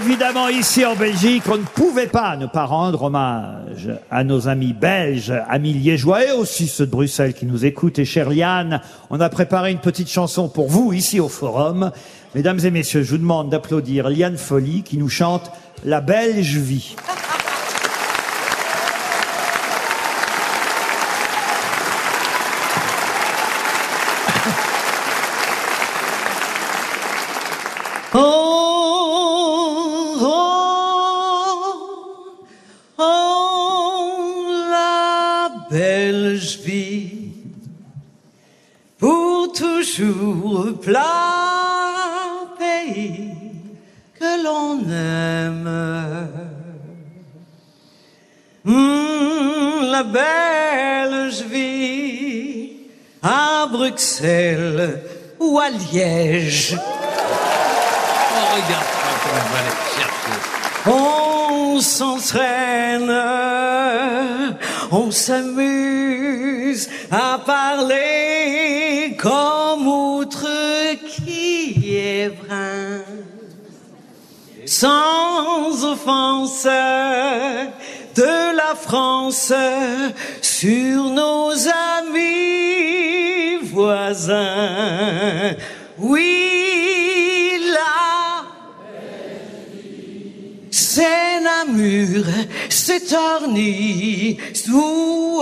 Évidemment, ici en Belgique, on ne pouvait pas ne pas rendre hommage à nos amis belges, amis liégeois et aussi ceux de Bruxelles qui nous écoutent. Et chère Liane, on a préparé une petite chanson pour vous ici au Forum. Mesdames et messieurs, je vous demande d'applaudir Liane Folly qui nous chante « La Belge vie ». Belge vie pour toujours plat pays que l'on aime. La Belge vie à Bruxelles ou à Liège. Oh, regarde comment on va aller chercher. On s'entraîne, on s'amuse à parler comme outre qui est brun. Sans offense de la France sur nos amis voisins. Oui, là, c'est Namur, c'est Orny, sous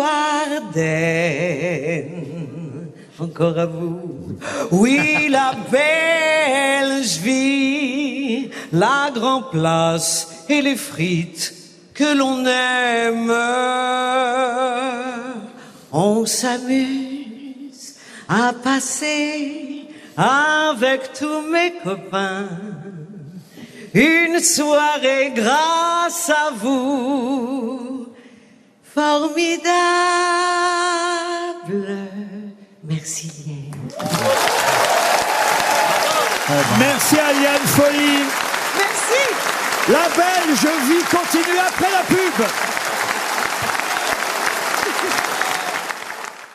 Ardennes. Encore à vous. Oui, la Belge vie, la Grand Place et les frites que l'on aime. On s'amuse à passer avec tous mes copains une soirée grâce à vous, formidable. Merci Liane. Merci à Liane Folly. Merci. La Belge vie continue après la